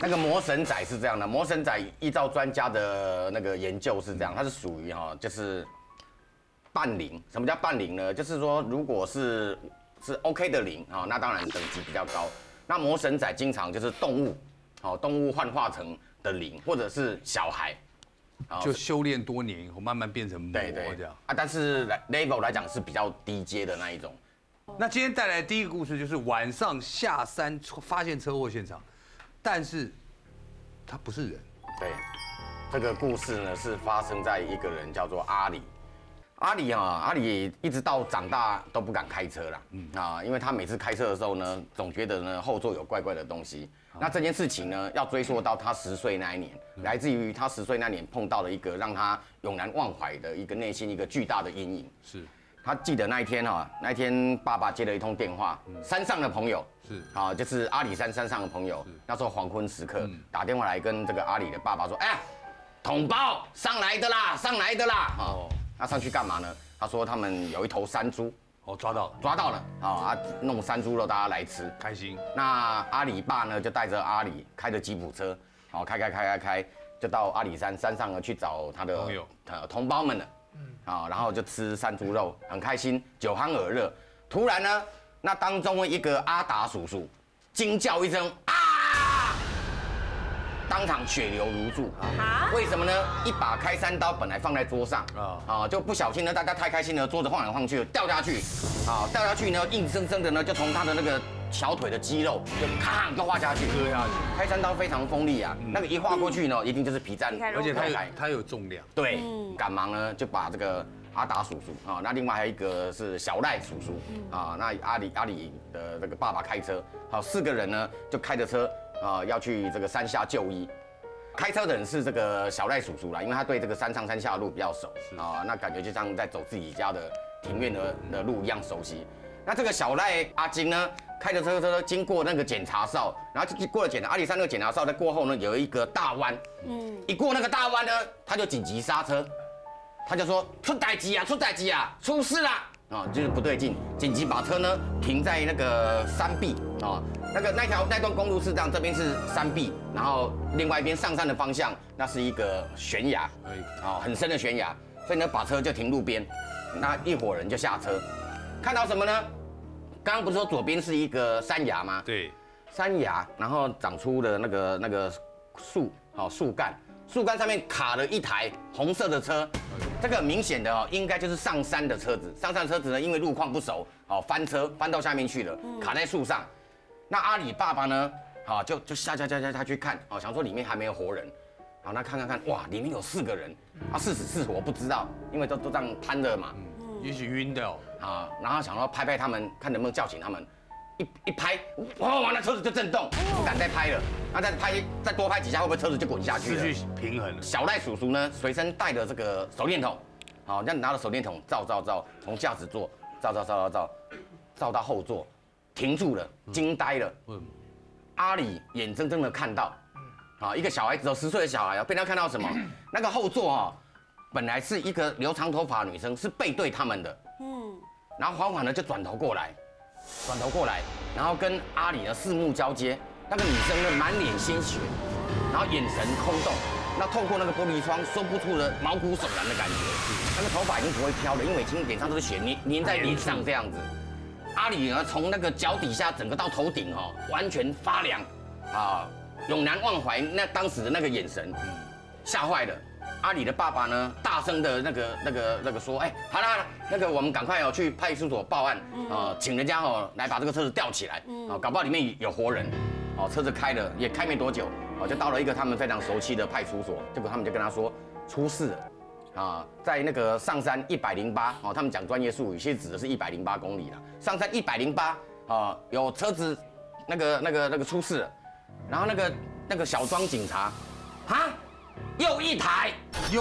那个魔神仔是这样的，魔神仔依照专家的那个研究是这样，它是属于就是半灵。什么叫半灵呢？就是说，如果是 OK 的灵那当然等级比较高。那魔神仔经常就是动物，动物幻化成的灵，或者是小孩， 就修炼多年以后慢慢变成魔这样但是 level 来讲是比较低阶的那一种。 那今天带来的第一个故事就是晚上下山发现车祸现场，但是他不是人。 对，这个故事呢是发生在一个人叫做阿里。阿里一直到长大都不敢开车啦，因为他每次开车的时候呢，总觉得呢后座有怪怪的东西。那这件事情呢，要追溯到他10岁那一年，来自于他10岁那年碰到了一个让他永难忘怀的一个内心一个巨大的阴影。 是， 他记得那一天那一天爸爸接了一通电话，山上的朋友是就是阿里山上的朋友，那时候黄昏时刻打电话来跟这个阿里的爸爸说，哎呀，统包上来的啦，上来的啦，那上去干嘛呢？他说他们有一头山猪， 抓到了， 弄山猪肉大家来吃， 开心。 那阿里爸呢就带着阿里开着吉普车，开，就到阿里山上呢去找他的朋友同胞们了，然后就吃山猪肉，很开心，酒酣耳热。突然呢，那当中一个阿达叔叔惊叫一声啊！当场血流如注为什么呢？一把开山刀本来放在桌上就不小心呢，大家太开心了，桌子晃来晃去，掉下去呢，硬生生的呢，就从他的那个小腿的肌肉就咔就划下去， 割下去。 开山刀非常锋利啊，那个一划过去呢，一定就是皮绽， 而且它有重量。 对，赶忙呢就把这个阿达叔叔那另外还有一个是小赖叔叔那阿里的这个爸爸开车，4个人呢就开着车要去这个山下就医。开车的人是这个小赖叔叔啦，因为他对这个山上山下的路比较熟那感觉就像在走自己家的庭院的路一样熟悉。那这个小赖阿金呢，开着车经过那个检查哨，然后就过了阿里山那个检查哨，在过后呢有一个大弯，一过那个大弯呢，他就紧急刹车，他就说出代志啊，出事啦！就是不对劲，紧急把车呢停在那个山壁那段公路是这样，这边是山壁，然后另外一边上山的方向那是一个悬崖，很深的悬崖，所以呢把车就停路边，那一伙人就下车，看到什么呢？刚刚不是说左边是一个山崖吗？ 对， 山崖，然后长出了那个树干上面卡了一台红色的车，这个明显的应该就是上山的车子。上山的车子呢，因为路况不熟，翻车翻到下面去了，卡在树上。那阿里爸爸呢，就下去看，想说里面还没有活人，那看，哇，里面有4个人，是死是活不知道，因为都这样瘫着嘛， 也许晕掉然后想要拍他们，看能不能叫醒他们。一拍，哇！那车子就震动，不敢再拍了。那再多拍几下，会不会车子就滚下去了？ 失去平衡了。 小赖叔叔呢，随身带着这个手电筒，这样拿着手电筒照，从驾驶座照到后座，停住了，惊呆了。阿里眼睁睁的看到，一个小孩子10岁的小孩被他看到什么？那个后座本来是一个留长头发的女生，是背对他们的，然后缓缓的就转头过来，然后跟阿里呢四目交接，那个女生呢满脸鲜血，然后眼神空洞，那透过那个玻璃窗说不出的毛骨悚然的感觉，那个头发已经不会飘了，因为已经脸上都是血粘在脸上这样子。阿里呢从那个脚底下整个到头顶完全发凉永难忘怀那当时的那个眼神，吓坏了。阿里的爸爸呢，大声的那个说，好了，那个我们赶快去派出所报案，请人家来把这个车子吊起来，搞不好里面有活人，车子开了也开没多久，就到了一个他们非常熟悉的派出所，结果他们就跟他说出事了，在那个上山108，他们讲专业术语，其实指的是108公里了，上山108，有车子那个出事了，然后那个小庄警察，又一台，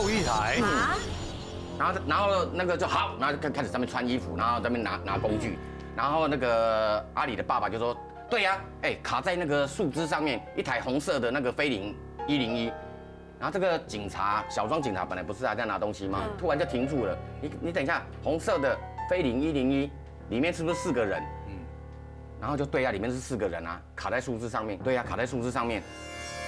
然后那个就好，然后就开始上面穿衣服，然后在那边拿工具，然后那个阿里的爸爸就说，对呀，卡在那个树枝上面一台红色的那个飞凌101，然后这个小庄警察本来不是还在拿东西吗？突然就停住了，你等一下，红色的飞凌101里面是不是4个人？然后就对呀，里面是4个人啊，卡在树枝上面，对呀，卡在树枝上面。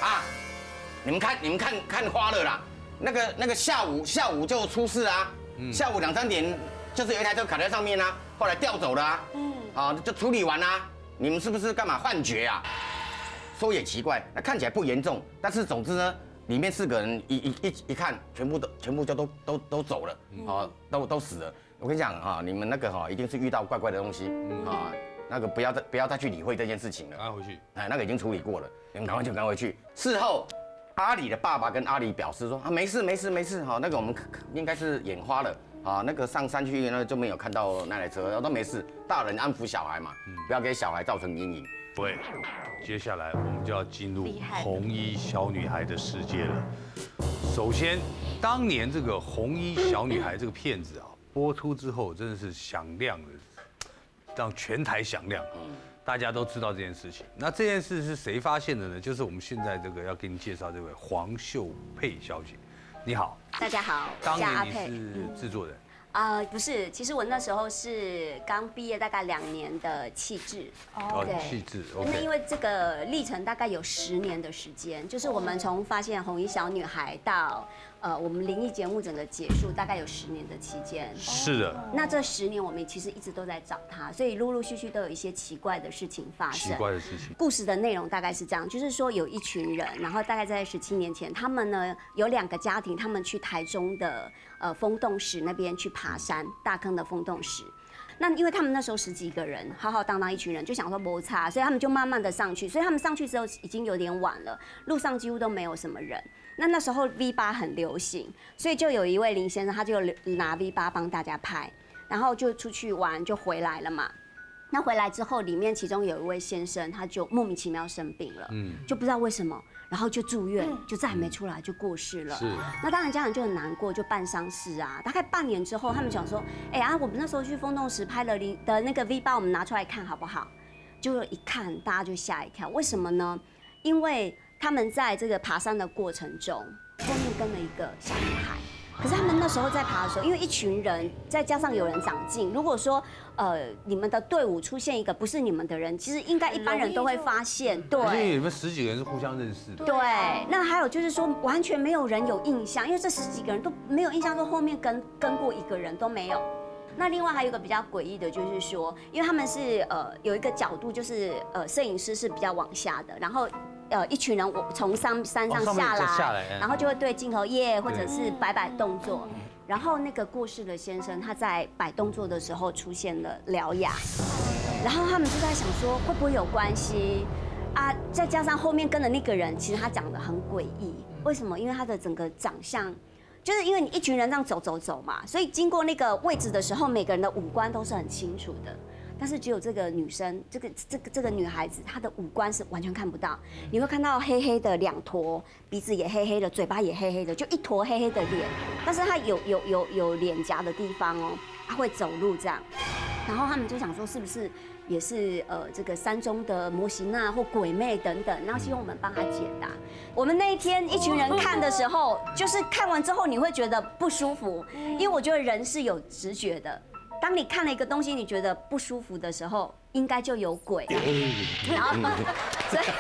啊，你们看花了啦，那个下午就出事啊，下午2、3点就是有一台车卡在上面啊，后来调走了啊，啊就处理完啦，你们是不是干嘛幻觉啊？说也奇怪，那看起来不严重，但是总之呢，里面4个人一看，全部就都走了，啊，都死了。我跟你讲啊，你们那个哈一定是遇到怪怪的东西啊，那个不要再去理会这件事情了。 赶快回去。 哎，那个已经处理过了，你们赶快回去。事后，阿里的爸爸跟阿里表示说啊，没事，哈，那个我们应该是眼花了啊，那个上山去那就没有看到那台车，都没事，大人安抚小孩嘛，不要给小孩造成阴影。 对，接下来我们就要进入红衣小女孩的世界了。首先，当年这个红衣小女孩这个片子啊。播出之后真的是响亮的，让全台响亮，大家都知道这件事情。那这件事是谁发现的呢？就是我们现在这个要给你介绍这位黄秀佩小姐。你好， 大家好， 当年你是制作人。 不是，其实我那时候是刚毕业大概2年的气质， 对，气质。 那因为这个历程大概有10年的时间，就是我们从发现红衣小女孩到我们灵异节目整个结束，大概有10年的期间。 是的。 那这10年我们其实一直都在找她，所以陆陆续续都有一些奇怪的事情发生。 奇怪的事情。 故事的内容大概是这样，就是说有一群人，然后大概在17年前，他们呢有2个家庭，他们去台中的风洞石那边去爬山，大坑的风洞石。那因为他们那时候10几个人，浩浩荡荡一群人，就想说摩擦，所以他们就慢慢的上去。所以他们上去之后已经有点晚了，路上几乎都没有什么人。那时候 V8 很流行，所以就有一位林先生，他就拿 V8 帮大家拍，然后就出去玩就回来了嘛。那回来之后，里面其中有一位先生，他就莫名其妙生病了，就不知道为什么，然后就住院，就再也没出来，就过世了。是。那当然家人就很难过，就办丧事啊。大概半年之后，他们想说，我们那时候去风洞石拍了的那个 V8，我们拿出来看好不好？就一看，大家就吓一跳，为什么呢？因为他们在这个爬山的过程中，后面跟了一个小女孩。可是他们那时候在爬的时候，因为一群人，再加上有人长进，如果说你们的队伍出现一个不是你们的人，其实应该一般人都会发现。对， 因为你们10几个人是互相认识的。 对，那还有就是说，完全没有人有印象，因为这10几个人都没有印象，说后面跟过一个人都没有。那另外还有一个比较诡异的，就是说，因为他们是有一个角度，就是摄影师是比较往下的，然后一群人从山上下来，然后就会对镜头耶，或者是摆动作。然后那个过世的先生，他在摆动作的时候出现了獠牙，然后他们就在想说会不会有关系啊？再加上后面跟的那个人，其实他长得很诡异，为什么？因为他的整个长相。就是因为你一群人这样走嘛，所以经过那个位置的时候，每个人的五官都是很清楚的。但是只有这个女生，这个女孩子，她的五官是完全看不到。你会看到黑黑的2坨，鼻子也黑黑的，嘴巴也黑黑的，就一坨黑黑的脸。但是她有脸颊的地方哦，她会走路这样。然后他们就想说，是不是也是这个山中的摩西娜或鬼魅等等，然后希望我们帮她解答。我们那一天一群人看的时候，就是看完之后你会觉得不舒服，因为我觉得人是有直觉的。当你看了一个东西，你觉得不舒服的时候，应该就有鬼。然后，所以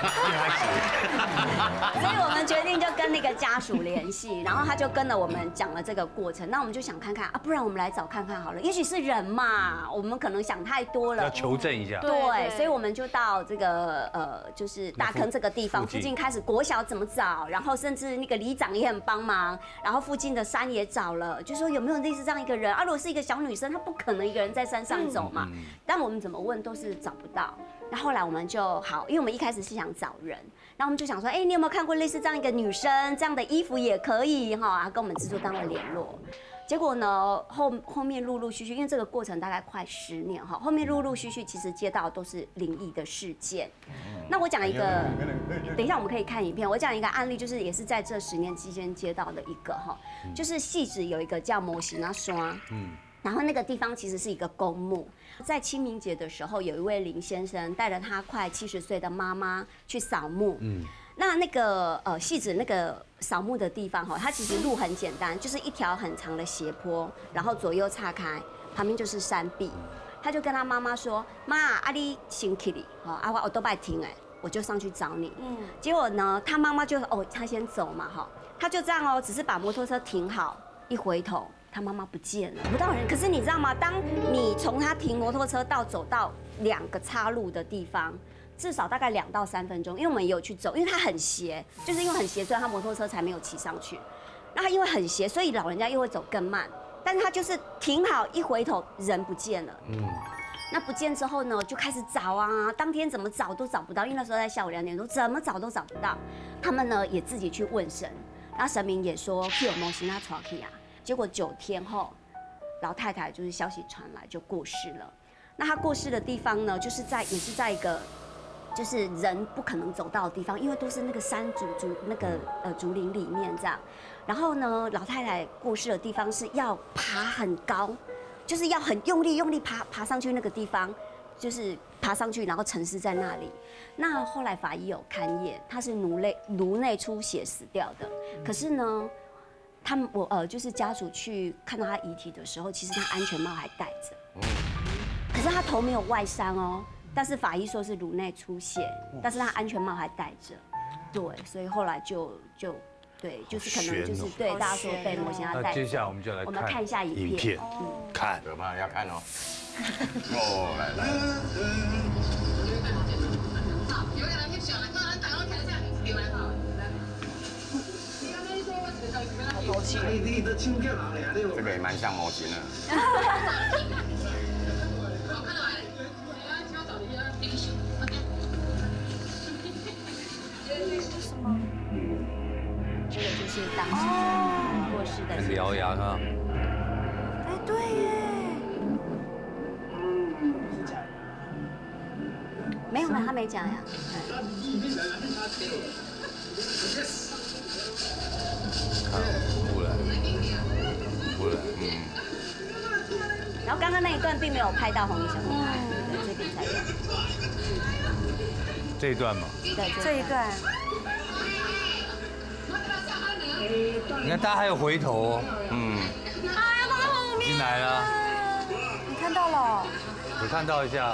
我们决定就跟那个家属联系，然后他就跟了我们讲了这个过程。那我们就想看看啊，不然我们来找看看好了，也许是人嘛，我们可能想太多了， 要求证一下。 对，所以我们就到这个就是大坑这个地方附近开始国小怎么找，然后甚至那个里长也很帮忙，然后附近的山也找了，就说有没有类似这样一个人啊？如果是一个小女生，她不可能一个人在山上走嘛。但我们怎么问都是找不到。那后来我们就好，因为我们一开始是想找人，然后我们就想说，你有没有看过类似这样一个女生，这样的衣服也可以哈，跟我们制作单位联络。结果呢，后面陆陆续续，因为这个过程大概快10年哈，后面陆陆续续其实接到都是灵异的事件。那我讲一个，等一下我们可以看影片。我讲一个案例，就是也是在这10年期间接到的一个哈，就是汐止有一个叫摩西那山，然后那个地方其实是一个公墓，在清明节的时候，有一位林先生带着他快70岁的妈妈去扫墓。那个汐止那个扫墓的地方哈，它其实路很简单，就是一条很长的斜坡，然后左右岔开，旁边就是山壁。他就跟他妈妈说：“妈，你先去哩，我都拜停哎。” 我就上去找你。结果呢，他妈妈就他先走嘛哈，他就这样只是把摩托车停好，一回头，他妈妈不见了，不到人。可是你知道吗？当你从他停摩托车到走到2个岔路的地方，至少大概2到3分钟，因为我们也有去走，因为他很斜，就是因为很斜，所以他摩托车才没有骑上去。那他因为很斜，所以老人家又会走更慢。但是他就是停好一回头，人不见了。那不见之后呢，就开始找啊，当天怎么找都找不到，因为那时候在下午2点多，怎么找都找不到。他们呢也自己去问神，然后神明也说去有梦行他传去啊。结果9天后，老太太就是消息传来就过世了。那她过世的地方呢，也是在一个就是人不可能走到的地方，因为都是那个山竹林里面这样。然后呢，老太太过世的地方是要爬很高，就是要很用力爬上去那个地方，就是爬上去，然后沉尸在那里。那后来法医有勘验，他是颅内出血死掉的。可是呢，就是家属去看到他遗体的时候，其实他安全帽还戴着，可是他头没有外伤哦。但是法医说是颅内出血，但是他安全帽还戴着，对，所以后来就对，就是可能就是对大家说被魔仙他带。 那接下来我们就来看一下影片， 看，有吗？要看哦。来。 好淘气。 这个也蛮像模型的。 这个就是当时过世的獠牙啊。 哎，对耶。 没有，他没讲呀。 不然， 然后刚刚那一段并没有拍到红衣小女孩，这边才有。 这一段嘛。 对， 这一段。 你看大家还有回头哦。 哎呀，他在后面。 进来了。 你看到了？ 我看到一下。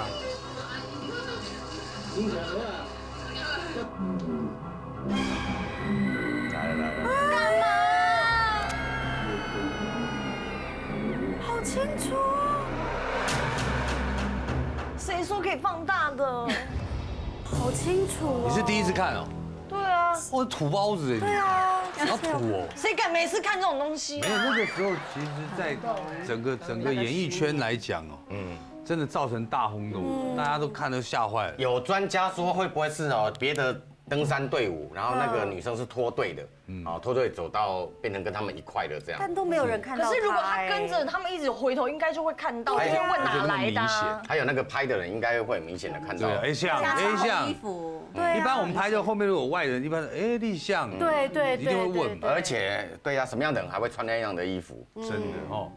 来了。 干嘛？好清楚哦。谁说可以放大的？好清楚哦。 你是第一次看哦？ 对啊。 我土包子哎。 对啊。 好土哦。 谁敢每次看这种东西？ 没有，那个时候其实，在整个演艺圈来讲哦，真的造成大轰动，大家都看都吓坏了。 有专家说会不会是别的登山队伍，然后那个女生是脱队的，脱队走到变成跟他们一块的这样。 但都没有人看到。可是如果他跟着他们一直回头，应该就会看到，就会问哪来的。 还有那个拍的人应该会明显的看到。 对 ，A 像。 衣服。 对。 一般我们拍的后面如果有外人，一般立像。 对， 一定会问。 而且对呀，什么样的人还会穿那样的衣服？ 真的哦。